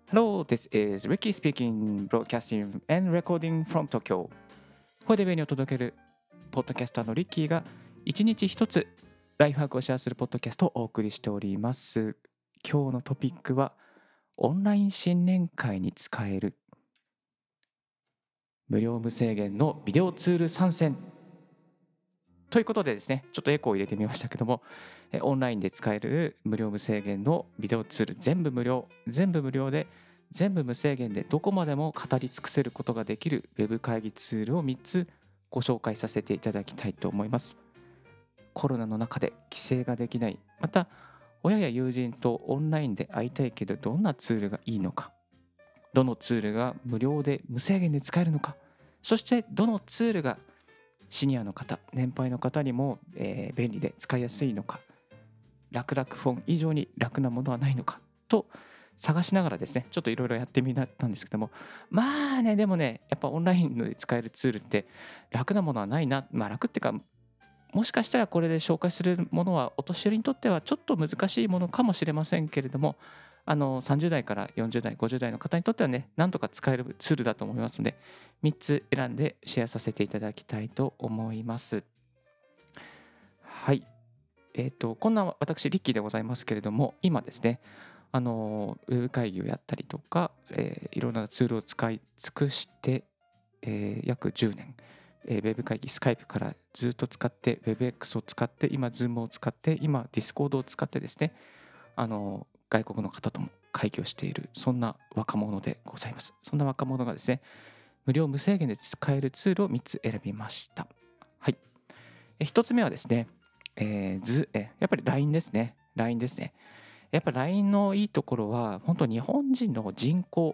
Hello, this is Ricky speaking, broadcasting and recording from Tokyo. 声で上にお届けるポッドキャスターのリッキーが一日一つライフハックをシェアするポッドキャストをお送りしております。今日のトピックはオンライン新年会に使える無料無制限のビデオツール参戦ということでですね、ちょっとエコーを入れてみましたけども、オンラインで使える無料無制限のビデオツール全部無料で全部無制限でどこまでも語り尽くせることができるウェブ会議ツールを3つご紹介させていただきたいと思います。コロナの中で帰省ができない、また親や友人とオンラインで会いたいけどどんなツールがいいのか、どのツールが無料で無制限で使えるのか、そしてどのツールがシニアの方、年配の方にも、便利で使いやすいのか、楽々フォン以上に楽なものはないのかと探しながらですね、ちょっといろいろやってみたんですけども、まあね、でもね、やっぱオンラインで使えるツールって楽なものはないな、まあ楽っていうか、もしかしたらこれで紹介するものはお年寄りにとってはちょっと難しいものかもしれませんけれども、30代から40代、50代の方にとってはね、なんとか使えるツールだと思いますので、3つ選んでシェアさせていただきたいと思います。はい。こんな私、リッキーでございますけれども、今ですね、ウェブ会議をやったりとか、いろんなツールを使い尽くして、約10年、ウェブ会議、スカイプからずっと使って、WebX を使って、今、Zoom を使って、今、Discord を使ってですね、外国の方とも会議をしている、そんな若者でございます。そんな若者がですね、無料無制限で使えるツールを3つ選びました。はい。1つ目はですね、やっぱり LINE ですね。LINE ですね。やっぱ LINE のいいところは、本当日本人の人口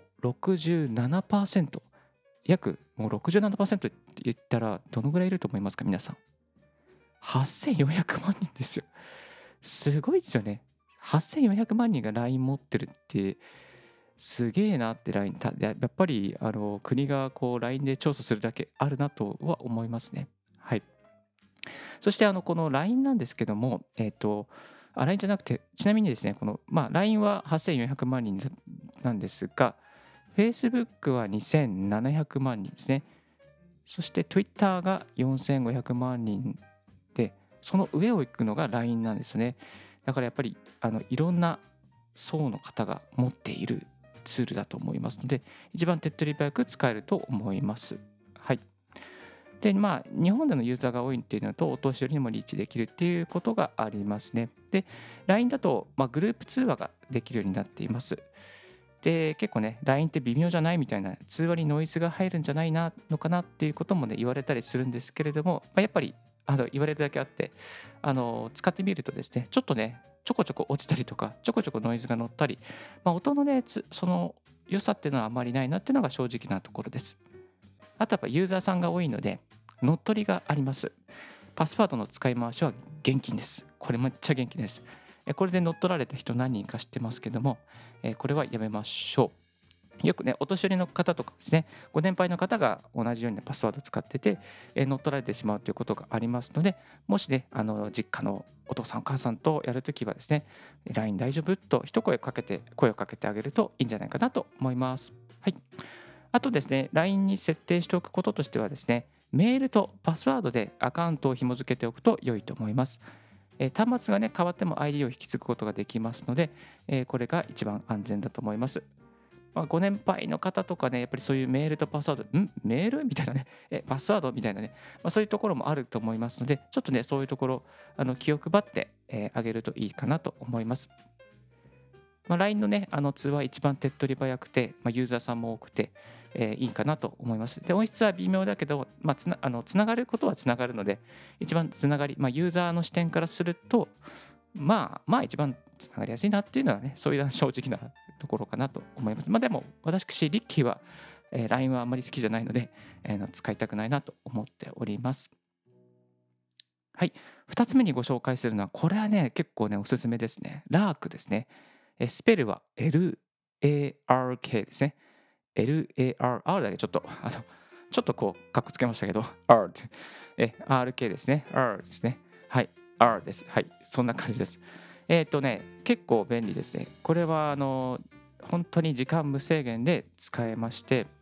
67%、約もう67%って言ったらどのぐらいいると思いますか、皆さん。8400万人ですよ。すごいですよね。8400万人が LINE 持ってるってすげえなって LINE やっぱり国がこう LINE で調査するだけあるなとは思いますね。はい。そしてこの LINE なんですけども、LINE じゃなくて、ちなみにですね、LINE は8400万人なんですが、Facebook は2700万人ですね。そして Twitter が4500万人で、その上を行くのが LINE なんですよね。だからやっぱりいろんな層の方が持っているツールだと思いますので、一番手っ取り早く使えると思います。はい。で、日本でのユーザーが多いっていうのと、お年寄りにもリーチできるっていうことがありますね。で、LINE だと、グループ通話ができるようになっています。で、結構ね、LINE って微妙じゃないみたいな、通話にノイズが入るんじゃないのかなっていうこともね、言われたりするんですけれども、やっぱり言われるだけあって、使ってみるとですね、ちょっとね、ちょこちょこ落ちたりとか、ちょこちょこノイズが乗ったり、音のね、その良さっていうのはあまりないなっていうのが正直なところです。あとやっぱユーザーさんが多いので、乗っ取りがあります。パスワードの使い回しは現金です。これめっちゃ現金です。これで乗っ取られた人何人か知ってますけども、これはやめましょう。よくね、お年寄りの方とかですね、ご年配の方が同じようにパスワードを使ってて、乗っ取られてしまうということがありますので、もしね、実家のお父さんお母さんとやるときはですね、LINE 大丈夫と一声声をかけてあげるといいんじゃないかなと思います。はい。あとですね、LINE に設定しておくこととしてはですね、メールとパスワードでアカウントを紐付けておくと良いと思います。端末がね、変わっても ID を引き継ぐことができますので、これが一番安全だと思います。ご年配の方とかね、やっぱりそういうメールとパスワード、メールみたいなね、パスワードみたいなね、そういうところもあると思いますので、ちょっとね、そういうところ、気を配ってあげるといいかなと思います。LINE のね、通話一番手っ取り早くて、ユーザーさんも多くて、いいかなと思います。で、音質は微妙だけど、つながることはつながるので、一番つながり、ユーザーの視点からすると、一番つながりやすいなっていうのはね、そういう正直なところかなと思います。でも、私、リッキーは、LINE はあんまり好きじゃないので、使いたくないなと思っております。はい。2つ目にご紹介するのは、これはね、結構ね、おすすめですね。ラークですね。スペルは LARK ですね。LARR だけちょっとこう、かっこつけましたけど、R って、RK ですね。R ですね。はい。R です。はい。そんな感じです。結構便利ですね。これは、 本当に時間無制限で使えまして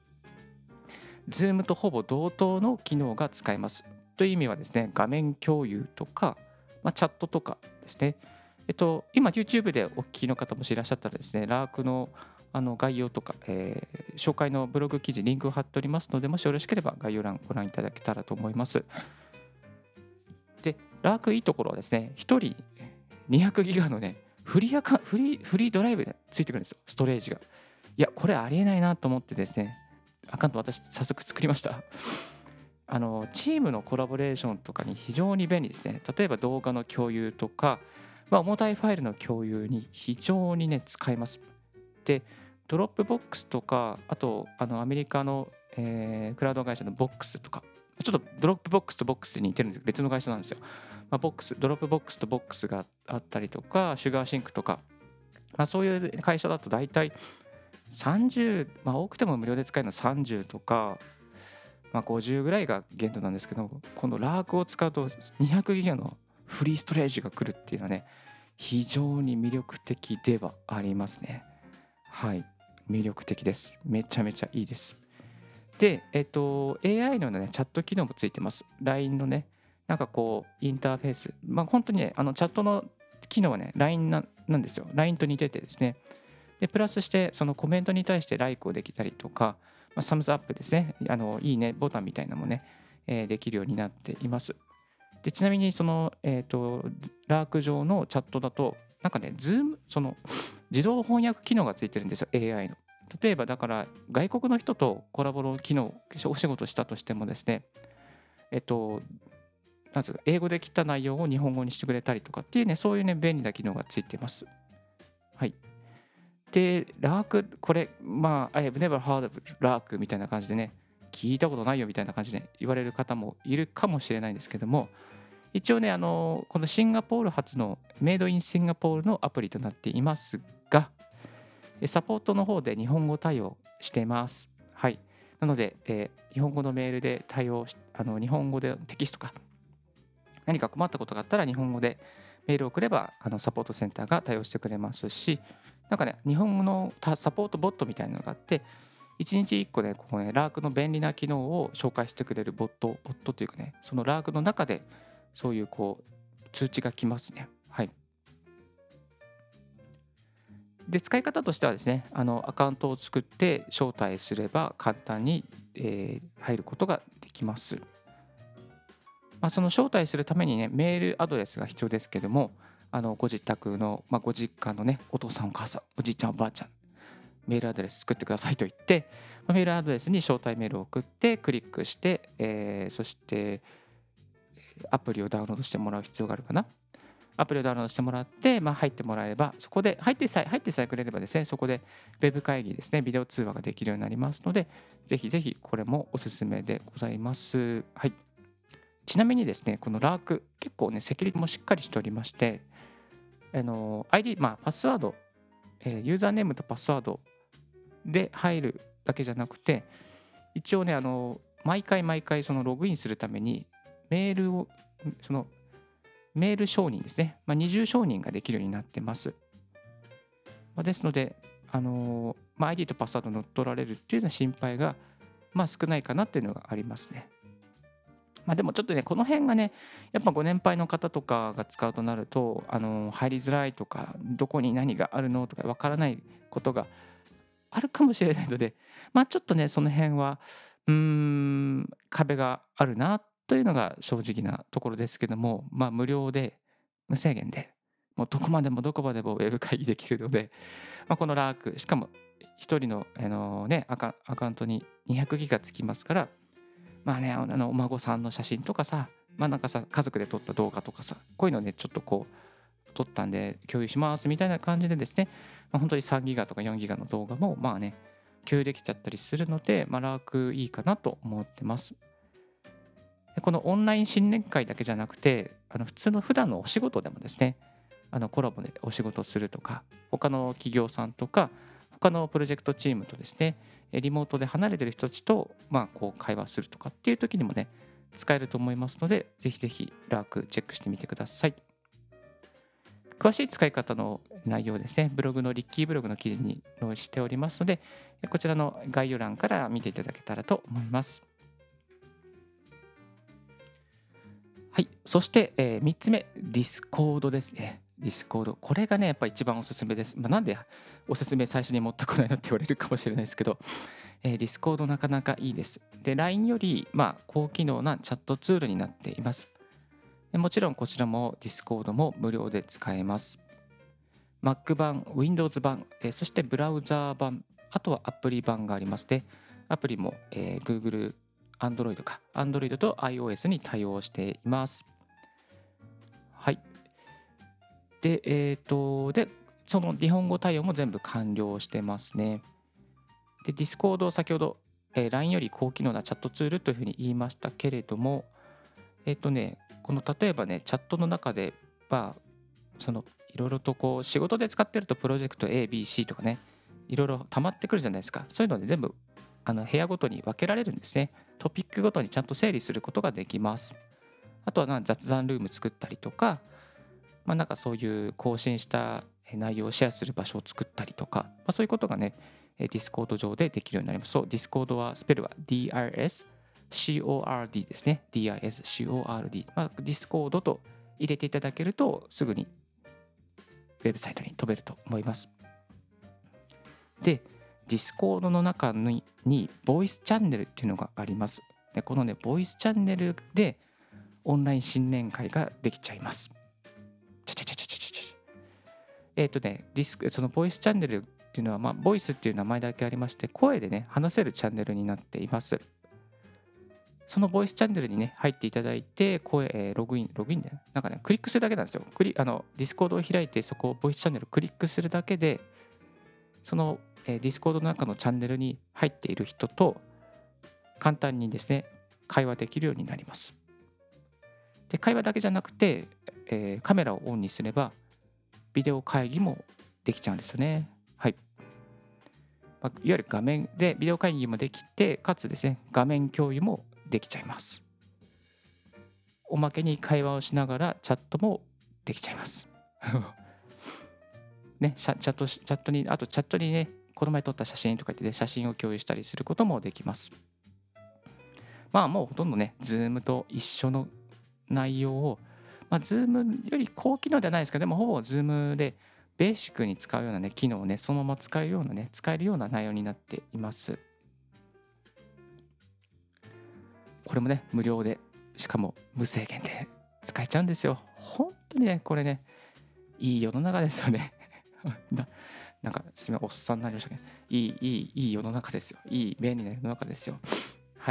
、Zoom とほぼ同等の機能が使えます。という意味はですね、画面共有とか、チャットとかですね。今 YouTube でお聞きの方もいらっしゃったらですね、ラークの概要とか、紹介のブログ記事、リンクを貼っておりますので、もしよろしければ概要欄ご覧いただけたらと思います。で、ラークいいところはですね、1人200ギガのね、フリードライブでついてくるんですよ、ストレージが。いや、これありえないなと思ってですね、アカウント私早速作りました。チームのコラボレーションとかに非常に便利ですね。例えば動画の共有とか、重たいファイルの共有に非常にね、使えます。で、ドロップボックスとか、あとアメリカの、クラウド会社のボックスとか、ちょっとドロップボックスとボックスで似てるんですけど、別の会社なんですよ。ドロップボックスとボックスがあったりとか、シュガーシンクとか、そういう会社だと大体30、多くても無料で使えるのは30とか、50ぐらいが限度なんですけど、このラークを使うと200ギガのフリーストレージが来るっていうのはね、非常に魅力的ではありますね。はい、魅力的です。めちゃめちゃいいです。で、AI のね、チャット機能もついてます。LINE のね、なんかこう、インターフェース。本当にね、チャットの機能はね、LINE なんですよ。LINE と似ててですね。で、プラスして、そのコメントに対してライクをできたりとか、サムズアップですね。いいねボタンみたいなのもね、できるようになっています。で、ちなみに、ラーク上のチャットだと、なんかね、自動翻訳機能がついてるんですよ、AI の。例えば、だから、外国の人とコラボの機能、お仕事したとしてもですね、えっと、英語で来た内容を日本語にしてくれたりとかっていうね、そういうね、便利な機能がついてます。はい。で、ラーク、これ、I have never heard of ラークみたいな感じでね、聞いたことないよみたいな感じで言われる方もいるかもしれないんですけども、一応ね、このシンガポール発のメイドインシンガポールのアプリとなっていますが、サポートの方で日本語対応しています。はい。なので、日本語のメールで対応し、日本語でテキストか、何か困ったことがあったら日本語でメールを送れば、サポートセンターが対応してくれますし、なんかね、日本語のサポートボットみたいなのがあって、1日1個ね、ラークの便利な機能を紹介してくれるボットというかね、そのラークの中で、そういう通知が来ますね。はい。で、使い方としてはですね、アカウントを作って招待すれば簡単に、入ることができます。その招待するためにね、メールアドレスが必要ですけども、ご自宅の、ご実家のね、お父さんお母さん、おじいちゃんおばあちゃん、メールアドレス作ってくださいと言って、メールアドレスに招待メールを送ってクリックして、そしてアプリをダウンロードしてもらう必要があるかな。アプリをダウンロードしてもらって、入ってもらえれば、そこで入ってさえくれればですね、そこでウェブ会議ですね、ビデオ通話ができるようになりますので、ぜひぜひこれもおすすめでございます。はい。ちなみにですね、このラーク、結構ね、セキュリティもしっかりしておりまして、ID、パスワード、ユーザーネームとパスワードで入るだけじゃなくて、一応ね、毎回そのログインするために、メールを、そのメール承認ですね、二重承認ができるようになってます。ですので、ID とパスワード乗っ取られるっていうような心配が、少ないかなっていうのがありますね。でもちょっとね、この辺がね、やっぱご年配の方とかが使うとなると、入りづらいとか、どこに何があるのとかわからないことがあるかもしれないので、ちょっとね、その辺は、壁があるなというのが正直なところですけども、無料で、無制限で、もうどこまでもどこまでもウェブ会議できるので、このラーク、しかも1人の、アカウントに200ギガつきますから、お孫さんの写真とかさ、なんかさ、家族で撮った動画とかさ、こういうのね、ちょっと撮ったんで共有しますみたいな感じでですね、本当に3ギガとか4ギガの動画も共有できちゃったりするので、ラークいいかなと思ってます。でこのオンライン新年会だけじゃなくて、普段のお仕事でもですね、コラボでお仕事するとか、他の企業さんとか、他のプロジェクトチームとですね、リモートで離れてる人たちと、会話するとかっていう時にもね、使えると思いますので、ぜひぜひラークチェックしてみてください。 詳しい使い方の内容ですね、ブログのリッキーブログの記事に載しておりますので、こちらの概要欄から見ていただけたらと思います。はい、そして、3つ目、ディスコードですね。ディスコード。これがね、やっぱ一番おすすめです。なんでおすすめ最初に持ってこないのって言われるかもしれないですけど、ディスコードなかなかいいです。で、LINE より、高機能なチャットツールになっています。でもちろんこちらもディスコードも無料で使えます。Mac 版、Windows 版、そしてブラウザー版、あとはアプリ版がありまして、アプリも、Google、Android か、Android と iOS に対応しています。はい。で、その日本語対応も全部完了してますね。で、Discord 先ほど、LINE より高機能なチャットツールというふうに言いましたけれども、この例えばね、チャットの中で、そのいろいろとこう仕事で使ってるとプロジェクト A、B、C とかね、いろいろ溜まってくるじゃないですか。そういうので全部部屋ごとに分けられるんですね。トピックごとにちゃんと整理することができます。あとは雑談ルーム作ったりとか、なんかそういう更新した内容をシェアする場所を作ったりとか、そういうことがね、Discord 上でできるようになります。そう、Discord はスペルは DRSCORD ですね。DRSCORD。Discord と入れていただけるとすぐにウェブサイトに飛べると思います。で、Discord の中にボイスチャンネルっていうのがあります。で、このね、ボイスチャンネルでオンライン新年会ができちゃいます。そのボイスチャンネルっていうのは、ボイスっていう名前だけありまして、声でね、話せるチャンネルになっています。そのボイスチャンネルにね、入っていただいて、ログインだよ。なんかね、クリックするだけなんですよ。ディスコードを開いて、そこをボイスチャンネルをクリックするだけで、その、ディスコードの中のチャンネルに入っている人と、簡単にですね、会話できるようになります。で、会話だけじゃなくて、カメラをオンにすれば、ビデオ会議もできちゃうんですよね。はい。いわゆる画面でビデオ会議もできて、かつですね、画面共有もできちゃいます。おまけに会話をしながらチャットもできちゃいます。ね、チャットにね、この前撮った写真とか言って、ね、写真を共有したりすることもできます。もうほとんどね、Zoom と一緒の内容を、Zoom より高機能ではないですけど、でもほぼ Zoom でベーシックに使うようなね、機能をね、そのまま使えるような内容になっています。これもね、無料で、しかも無制限で使えちゃうんですよ。本当にね、これね、いい世の中ですよね。なんか、すみません、おっさんになりましたけど、いい世の中ですよ。いい、便利な世の中ですよ。はい。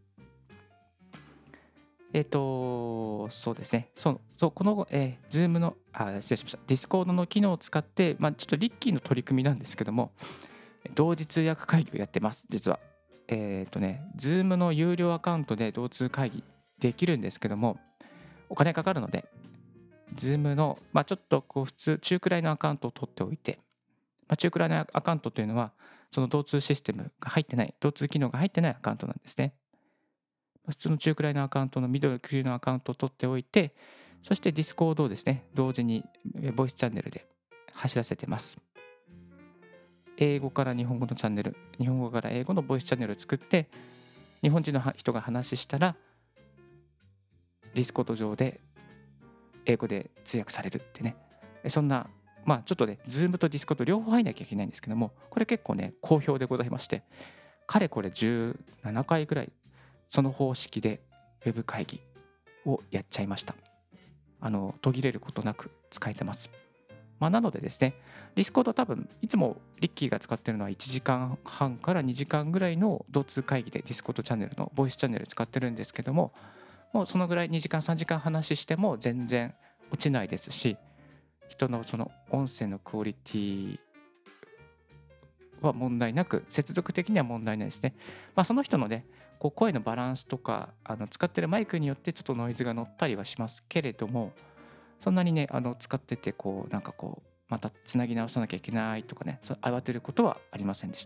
そうですね。この、Zoom の、失礼しました。Discord の機能を使って、ちょっとリッキーの取り組みなんですけども、同時通訳会議をやってます、実は。Zoom の有料アカウントで同通会議できるんですけども、お金かかるので、Zoom の、ちょっとこう普通、中くらいのアカウントを取っておいて、中くらいのアカウントというのは、その同通システムが入ってない、同通機能が入ってないアカウントなんですね。普通の中くらいのアカウントのミドル級のアカウントを取っておいて、そして Discord をですね、同時にボイスチャンネルで走らせてます。英語から日本語のチャンネル、日本語から英語のボイスチャンネルを作って、日本人の人が話したら、Discord 上で英語で通訳されるってね。そんな、ちょっとね、Zoom と Discord 両方入んなきゃいけないんですけども、これ結構ね、好評でございまして、かれこれ17回ぐらい、その方式で Web 会議をやっちゃいました。途切れることなく使えてます。なのでですね、Discord 多分いつもリッキーが使ってるのは1時間半から2時間ぐらいの同通会議で Discord チャンネルのボイスチャンネル使ってるんですけども、もうそのぐらい2時間3時間話しても全然落ちないですし、人のその音声のクオリティは問題なく、接続的には問題ないですね。その人のね、こう声のバランスとか使ってるマイクによってちょっとノイズが乗ったりはしますけれども、そんなにね使っててまたつなぎ直さなきゃいけないとかね、慌てることはありませんでした。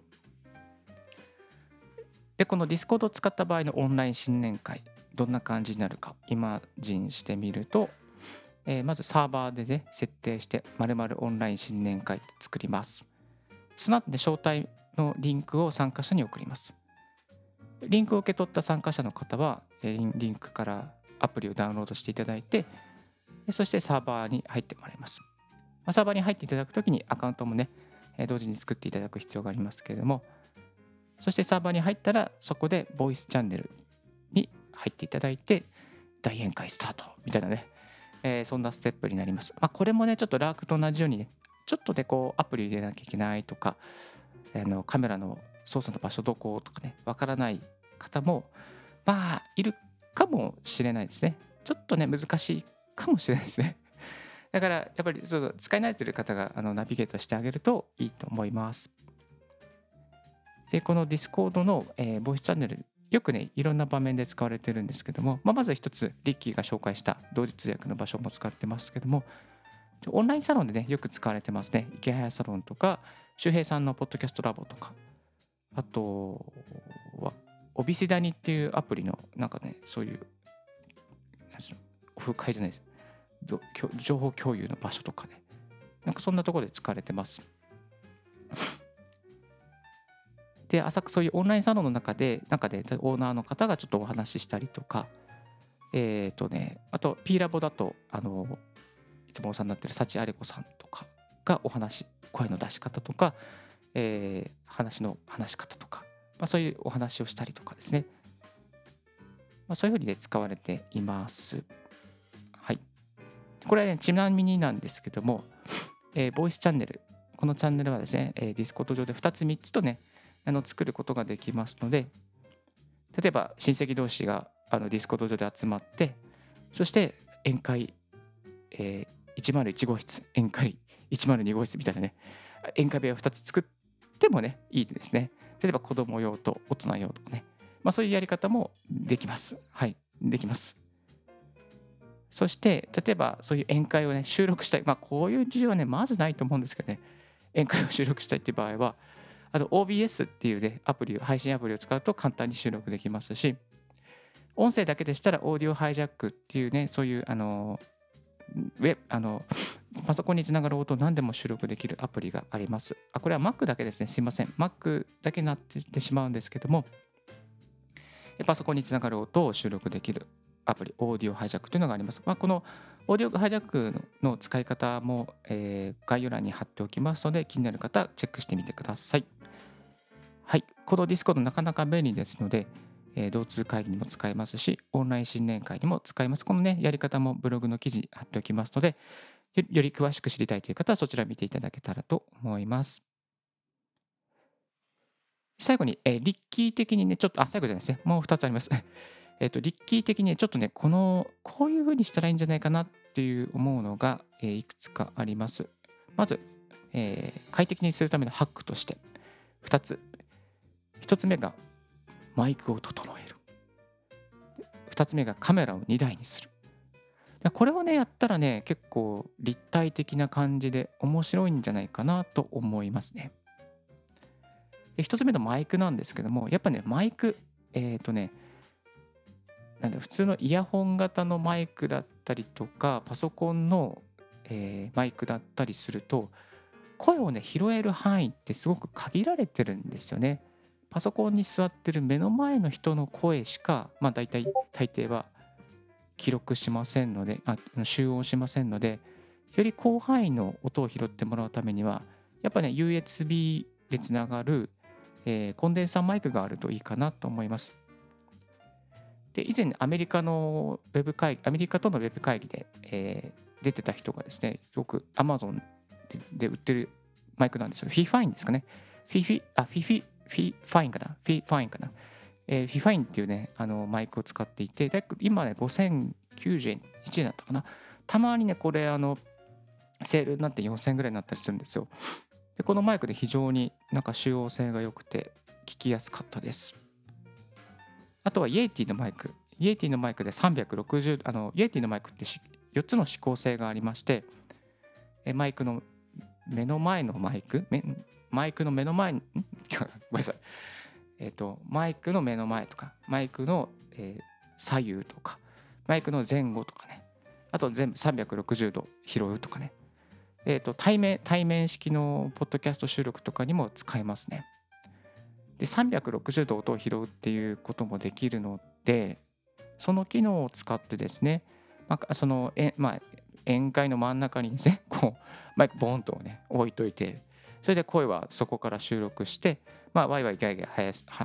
で、この Discord を使った場合のオンライン新年会、どんな感じになるかイマジンしてみると、 まずサーバーでね、設定して、〇〇オンライン新年会作ります。その後で招待のリンクを参加者に送ります。リンクを受け取った参加者の方は、リンクからアプリをダウンロードしていただいて、そしてサーバーに入ってもらいます。サーバーに入っていただくときにアカウントもね、同時に作っていただく必要がありますけれども、そしてサーバーに入ったら、そこでボイスチャンネルに入っていただいて、大宴会スタートみたいなね、そんなステップになります。これもね、ちょっとラークと同じようにね、ちょっとでこうアプリ入れなきゃいけないとか、カメラの操作の場所どことかね、わからない方も、いるかもしれないですね。ちょっとね、難しいかもしれないですね。だから、やっぱりそう使い慣れてる方がナビゲートしてあげるといいと思います。で、この Discord の、ボイスチャンネル、よくね、いろんな場面で使われてるんですけども、まず一つ、リッキーが紹介した同時通訳の場所も使ってますけども、オンラインサロンでね、よく使われてますね。池早サロンとか、周平さんのポッドキャストラボとか、あとは、オビシダニっていうアプリの、なんかね、そういう、オフ会じゃないです。情報共有の場所とかね。なんかそんなところで使われてます。で、そういうオンラインサロンの中でオーナーの方がちょっとお話ししたりとか、あと P ラボだと、いつもお世話になってる幸あれ子さんとかが声の出し方とか、話の話し方とか、そういうお話をしたりとかですね。そういうふうにね、使われています。はい。これはね、ちなみになんですけども、ボイスチャンネル、このチャンネルはですね、Discord 上で2つ3つとね、作ることができますので、例えば親戚同士がDiscord 上で集まって、そして宴会、101号室、宴会102号室みたいなね、宴会部屋を2つ作ってもね、いいですね。例えば子供用と大人用とかね、そういうやり方もできます。はい、できます。そして、例えばそういう宴会をね、収録したい。こういう事情はね、まずないと思うんですけどね、宴会を収録したいっていう場合は、OBS っていうね、配信アプリを使うと簡単に収録できますし、音声だけでしたらオーディオハイジャックっていうね、そういうパソコンにつながる音を何でも収録できるアプリがあります。これは Mac だけですね。すいません。Mac だけになってしまうんですけども、パソコンにつながる音を収録できるアプリ、オーディオハイジャックというのがあります。このオーディオハイジャックの使い方も、概要欄に貼っておきますので、気になる方はチェックしてみてください。はい。この Discord なかなか便利ですので、同通会議にも使えますし、オンライン新年会にも使えます。このね、やり方もブログの記事貼っておきますので、より詳しく知りたいという方はそちら見ていただけたらと思います。最後に、リッキー的にね、ちょっと、最後じゃないですね。もう2つあります。リッキー的にちょっとね、こういう風にしたらいいんじゃないかなっていう思うのが、いくつかあります。まず、快適にするためのハックとして2つ。1つ目がマイクを整える。2つ目がカメラを2台にする。これをね、やったらね、結構立体的な感じで面白いんじゃないかなと思いますね。で、1つ目のマイクなんですけども、やっぱね、マイク、普通のイヤホン型のマイクだったりとか、パソコンの、マイクだったりすると、声をね、拾える範囲ってすごく限られてるんですよね。パソコンに座ってる目の前の人の声しか、大抵は記録しませんので、集音しませんので、より広範囲の音を拾ってもらうためには、やっぱね、USB でつながる、コンデンサーマイクがあるといいかなと思います。で、以前アメリカとのウェブ会議で、出てた人がですね、すごく Amazon で売ってるマイクなんですよ。フィファインですかね。フィファインかな。フィファインっていうね、マイクを使っていて、今ね、5091円だったかな。たまにね、これ、セールになって4000円ぐらいになったりするんですよ。で、このマイクで非常になんか集音性が良くて、聞きやすかったです。あとはイエティのマイク。イエティのマイクで360、イエティのマイクって4つの指向性がありまして、マイクの目の前のマイクの目の前に、ごめんなさい。マイクの目の前とか、マイクの、左右とか、マイクの前後とかね。 あと全部360度拾うとかね。対面式のポッドキャスト収録とかにも使えますね。で、360度音を拾うっていうこともできるので、その機能を使ってですね、宴会の真ん中にですね、こう、マイクボーンとね、置いといて、それで声はそこから収録して、ワイワイガヤガヤ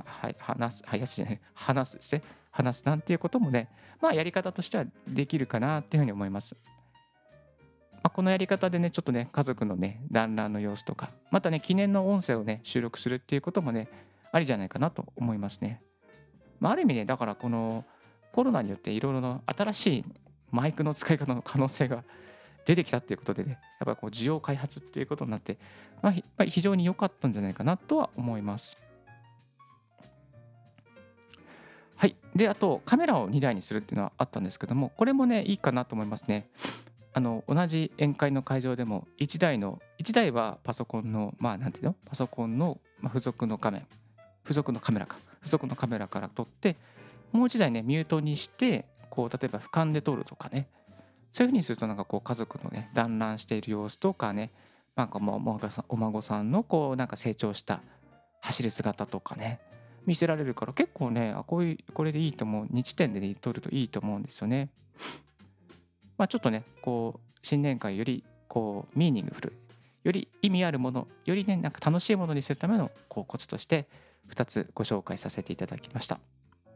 話すですね、話すなんていうこともね、やり方としてはできるかなっていうふうに思います。このやり方でね、ちょっとね、家族のね、団らんの様子とか、またね、記念の音声をね、収録するっていうこともね、ありじゃないかなと思いますね。ある意味ね、だからこのコロナによっていろいろな新しいマイクの使い方の可能性が出てきたっていうことでね、やっぱりこう需要開発っていうことになって、非常に良かったんじゃないかなとは思います。はい。で、あとカメラを2台にするっていうのはあったんですけども、これもね、いいかなと思いますね。同じ宴会の会場でも1台はパソコンの、なんていうのパソコンの、付属のカメラから撮って、もう1台ね、ミュートにして、こう、例えば俯瞰で撮るとかね、そういうふうにするとなんかこう家族のね、団らんしている様子とかね、なんかもうお孫さんのこうなんか成長した走る姿とかね、見せられるから結構ね、これでいいと思う、2地点で、ね、撮るといいと思うんですよね。ちょっとね、こう、新年会より、こう、ミーニングフル、より意味あるもの、よりね、なんか楽しいものにするためのこうコツとして2つご紹介させていただきました。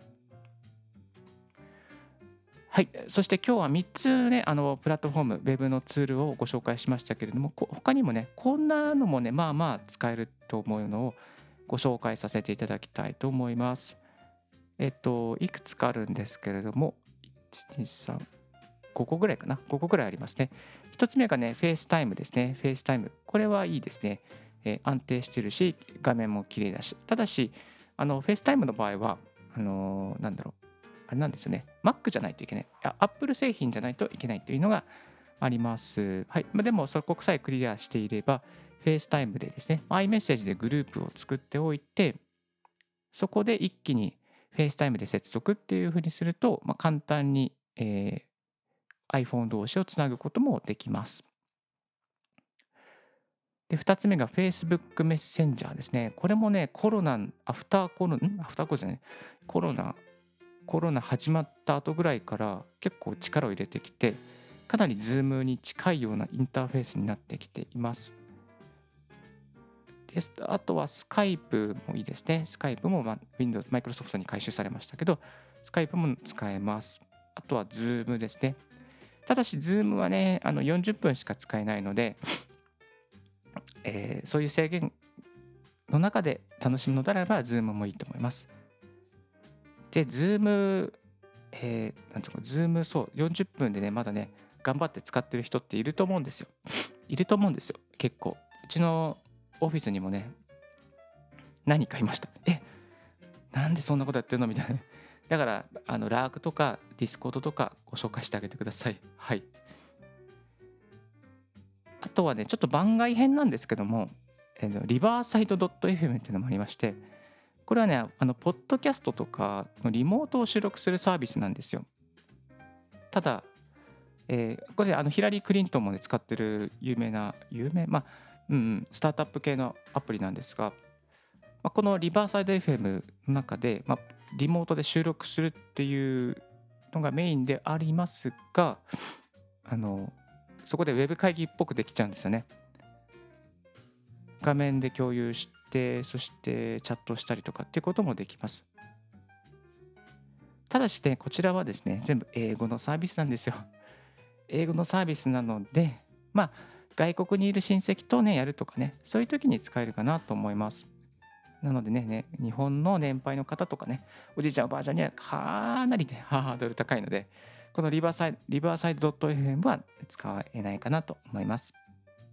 はい、そして今日は3つね、プラットフォーム、ウェブのツールをご紹介しましたけれども、他にもね、こんなのもね、使えると思うのをご紹介させていただきたいと思います。いくつかあるんですけれども、1、2、3、5個ぐらいかな。5個ぐらいありますね。1つ目がね、フェイスタイムですね。フェイスタイム。これはいいですね。安定してるし、画面も綺麗だし。ただし、フェイスタイムの場合は、なんだろう。あれなんですよね。Mac じゃないといけない。Apple 製品じゃないといけないというのがあります。はい。でも、そこさえクリアしていれば、フェイスタイムでですね、iMessage でグループを作っておいて、そこで一気にフェイスタイムで接続っていうふうにすると、簡単に、iPhone 同士をつなぐこともできます。で、2つ目が Facebook メッセンジャーですね。これもね、コロナ、アフターコロナ、アフターコロナじゃない、コロナ始まった後ぐらいから結構力を入れてきて、かなり Zoom に近いようなインターフェースになってきています。あとは Skype もいいですね。Skype も、Windows、Microsoft に回収されましたけど、Skype も使えます。あとは Zoom ですね。ただし Zoom はね、40分しか使えないので、そういう制限の中で楽しむのであれば Zoom もいいと思います。で、Zoom、なんていうか、Zoom、そう、40分でね、まだね、頑張って使ってる人っていると思うんですよ。いると思うんですよ、結構。うちのオフィスにもね、何かいました。なんでそんなことやってるのみたいな。だから、ラークとかディスコードとかご紹介してあげてください。はい。あとはね、ちょっと番外編なんですけども、リバーサイド .fm っていうのもありまして、これはね、ポッドキャストとかのリモートを収録するサービスなんですよ。ただ、これヒラリー・クリントンもね、使ってるスタートアップ系のアプリなんですが、このリバーサイド FM の中で、リモートで収録するっていうのがメインでありますが、そこでウェブ会議っぽくできちゃうんですよね。画面で共有して、そしてチャットしたりとかっていうこともできます。ただしね、こちらはですね、全部英語のサービスなんですよ。英語のサービスなので、外国にいる親戚とね、やるとかね、そういう時に使えるかなと思います。なのでね、日本の年配の方とかね、おじいちゃんおばあちゃんにはかなりね、ハードル高いので、このリバーサイド .fm は使えないかなと思います。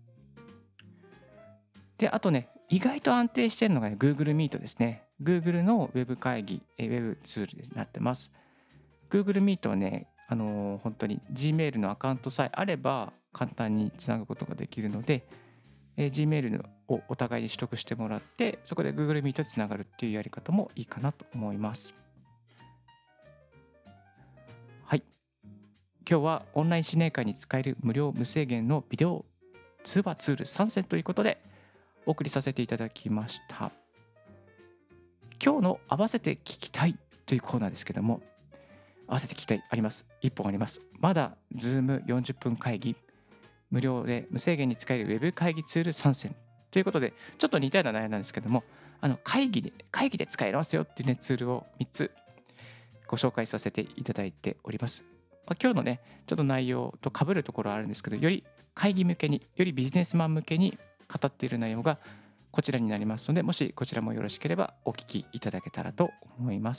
で、あとね、意外と安定しているのが、Google Meet ですね。Google のウェブ会議、ウェブツールになってます。Google Meet はね、本当に Gmail のアカウントさえあれば簡単につなぐことができるので、Gmail をお互いに取得してもらって、そこで Google Meet でつながるっていうやり方もいいかなと思います。はい。 今日はオンライン指令会に使える無料無制限のビデオ通話ツール3選ということでお送りさせていただきました。今日の合わせて聞きたいというコーナーですけども、合わせて聞きたいあります。1本あります。まだ Zoom40 分会議無料で無制限に使えるウェブ会議ツール3選ということで、ちょっと似たような内容なんですけども、会議で使えますよっていうねツールを3つご紹介させていただいております。今日のねちょっと内容と被るところはあるんですけど、より会議向けに、よりビジネスマン向けに語っている内容がこちらになりますので、もしこちらもよろしければお聞きいただけたらと思います。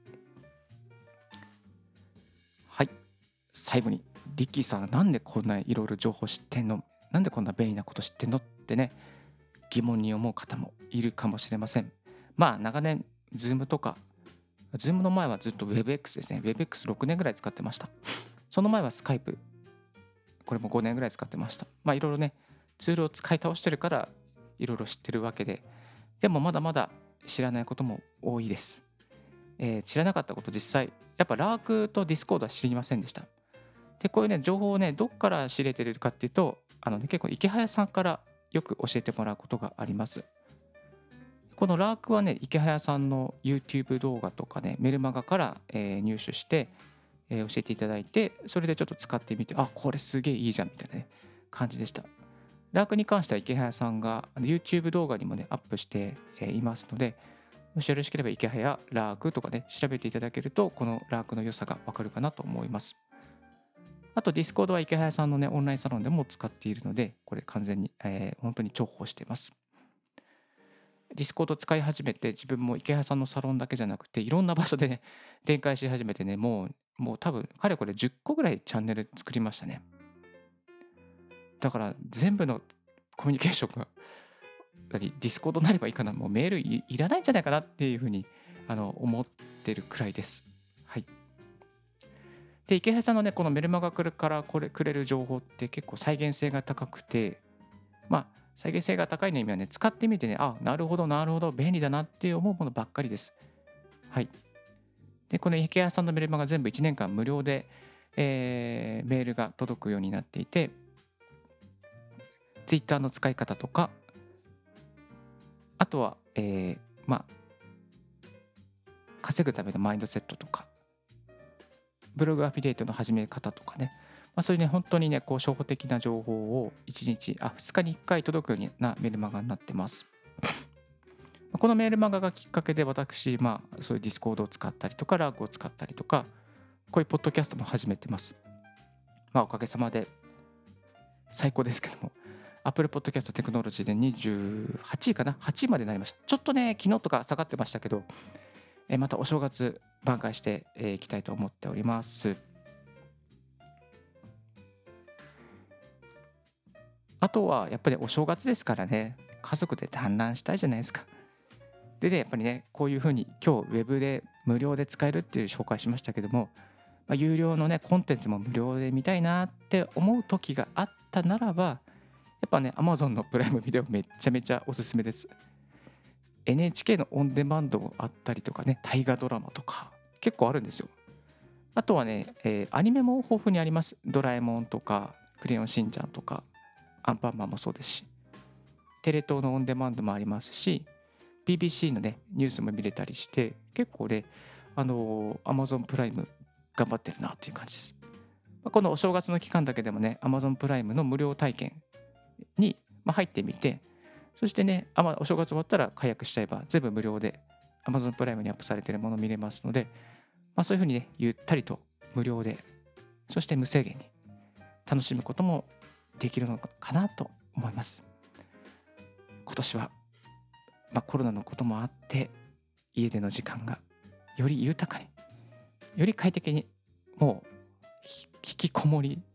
はい、最後にリッキーさんなんでこんないろいろ情報知ってんの、なんでこんな便利なこと知ってんのってね疑問に思う方もいるかもしれません。まあ長年 Zoom とか Zoom の前はずっと WebX ですね。WebX6 年ぐらい使ってました。その前は Skype、 これも5年ぐらい使ってました。まあいろいろねツールを使い倒してるからいろいろ知ってるわけで、でもまだまだ知らないことも多いです。知らなかったこと、実際やっぱラークとディスコードは知りませんでした。でこういうね情報をねどっから知れてるかっていうと、結構池早さんからよく教えてもらうことがあります。このラークはね池早さんの YouTube 動画とかねメルマガから、入手して、教えていただいて、それでちょっと使ってみて、あこれすげえいいじゃんみたいなね感じでした。ラークに関しては池早さんがYouTube 動画にもねアップして、いますので、もしよろしければ池早ラークとかね調べていただけるとこのラークの良さがわかるかなと思います。あと Discord は池早さんのねオンラインサロンでも使っているので、これ完全に、本当に重宝しています。Discord 使い始めて、自分も池早さんのサロンだけじゃなくていろんな場所で、ね、展開し始めてね、もう多分かれこれ10個ぐらいチャンネル作りましたね。だから全部のコミュニケーションがディスコードになればいいかな、もうメール いらないんじゃないかなっていうふうに思ってるくらいです。はい。で池原さんのねこのメルマガからくれる情報って結構再現性が高くて、まあ再現性が高いの意味はね、使ってみてね、あなるほどなるほど便利だなって思うものばっかりです。はい。でこの池原さんのメルマガ全部1年間無料で、メールが届くようになっていて、Twitter の使い方とか、あとは、稼ぐためのマインドセットとか、ブログアフィリエイトの始め方とかね、そういうね本当にねこう初歩的な情報を2日に1回届くようなメールマガになってます。このメールマガがきっかけで私、そういうディスコードを使ったりとかラークを使ったりとか、こういうポッドキャストも始めてます。おかげさまで最高ですけども、Apple Podcast テクノロジーで28位かな、8位までなりました。ちょっとね昨日とか下がってましたけど、またお正月挽回していきたいと思っております。あとはやっぱりお正月ですからね、家族で団らんしたいじゃないですか。でねやっぱりねこういうふうに今日ウェブで無料で使えるっていう紹介しましたけども、有料のねコンテンツも無料で見たいなって思う時があったならば、やっぱね Amazon のプライムビデオめちゃめちゃおすすめです。NHK のオンデマンドもあったりとかね、大河ドラマとか結構あるんですよ。あとはね、アニメも豊富にあります。ドラえもんとかクレヨンしんちゃんとかアンパンマンもそうですし、テレ東のオンデマンドもありますし、 BBC のねニュースも見れたりして、結構ねAmazon プライム頑張ってるなという感じです。このお正月の期間だけでもね Amazon プライムの無料体験に入ってみて、そしてねお正月終わったら解約しちゃえば全部無料で Amazon プライムにアップされているものを見れますので、そういうふうにねゆったりと無料で、そして無制限に楽しむこともできるのかなと思います。今年は、コロナのこともあって家での時間がより豊かに、より快適に、もう引きこもり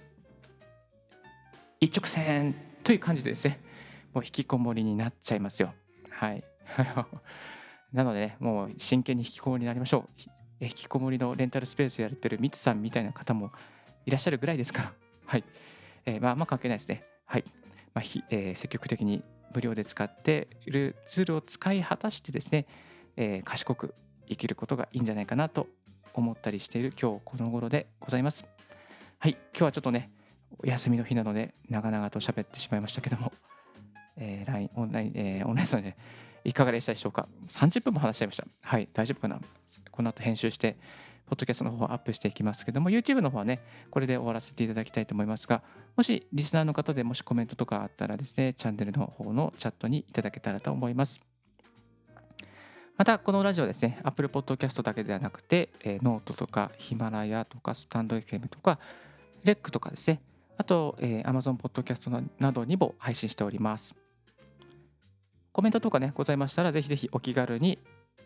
一直線という感じでですね、もう引きこもりになっちゃいますよ。はいなのでね、もう真剣に引きこもりになりましょう。引きこもりのレンタルスペースやってるミツさんみたいな方もいらっしゃるぐらいですから、はい。関係ないですね。はい。積極的に無料で使っているツールを使い果たしてですね、賢く生きることがいいんじゃないかなと思ったりしている今日この頃でございます。 はい、今日はちょっとね、お休みの日なので、長々と喋ってしまいましたけども、LINE、オンラインさんね、いかがでしたでしょうか。30分も話しちゃいました。はい、大丈夫かな。この後編集して、ポッドキャストの方はアップしていきますけども、YouTube の方はね、これで終わらせていただきたいと思いますが、もしリスナーの方でもしコメントとかあったらですね、チャンネルの方のチャットにいただけたらと思います。また、このラジオですね、Apple Podcast だけではなくて、ノートとかヒマラヤとかスタンド FM とか、レックとかですね、あと、Amazon Podcast などにも配信しております。コメントとかね、ございましたら、ぜひぜひお気軽に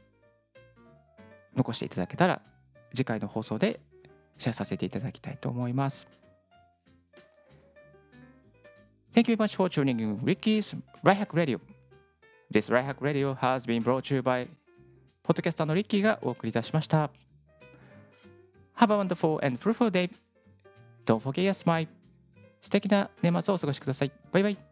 残していただけたら、次回の放送でシェアさせていただきたいと思います。Thank you very much for tuning in Ricky's Right Hack Radio。This Right Hack Radio has been brought to you by ポッドキャスターのリッキーがお送りいたしました。Have a wonderful and fruitful day. Don't forget your smile. 素敵な年末をお過ごしください。バイバイ。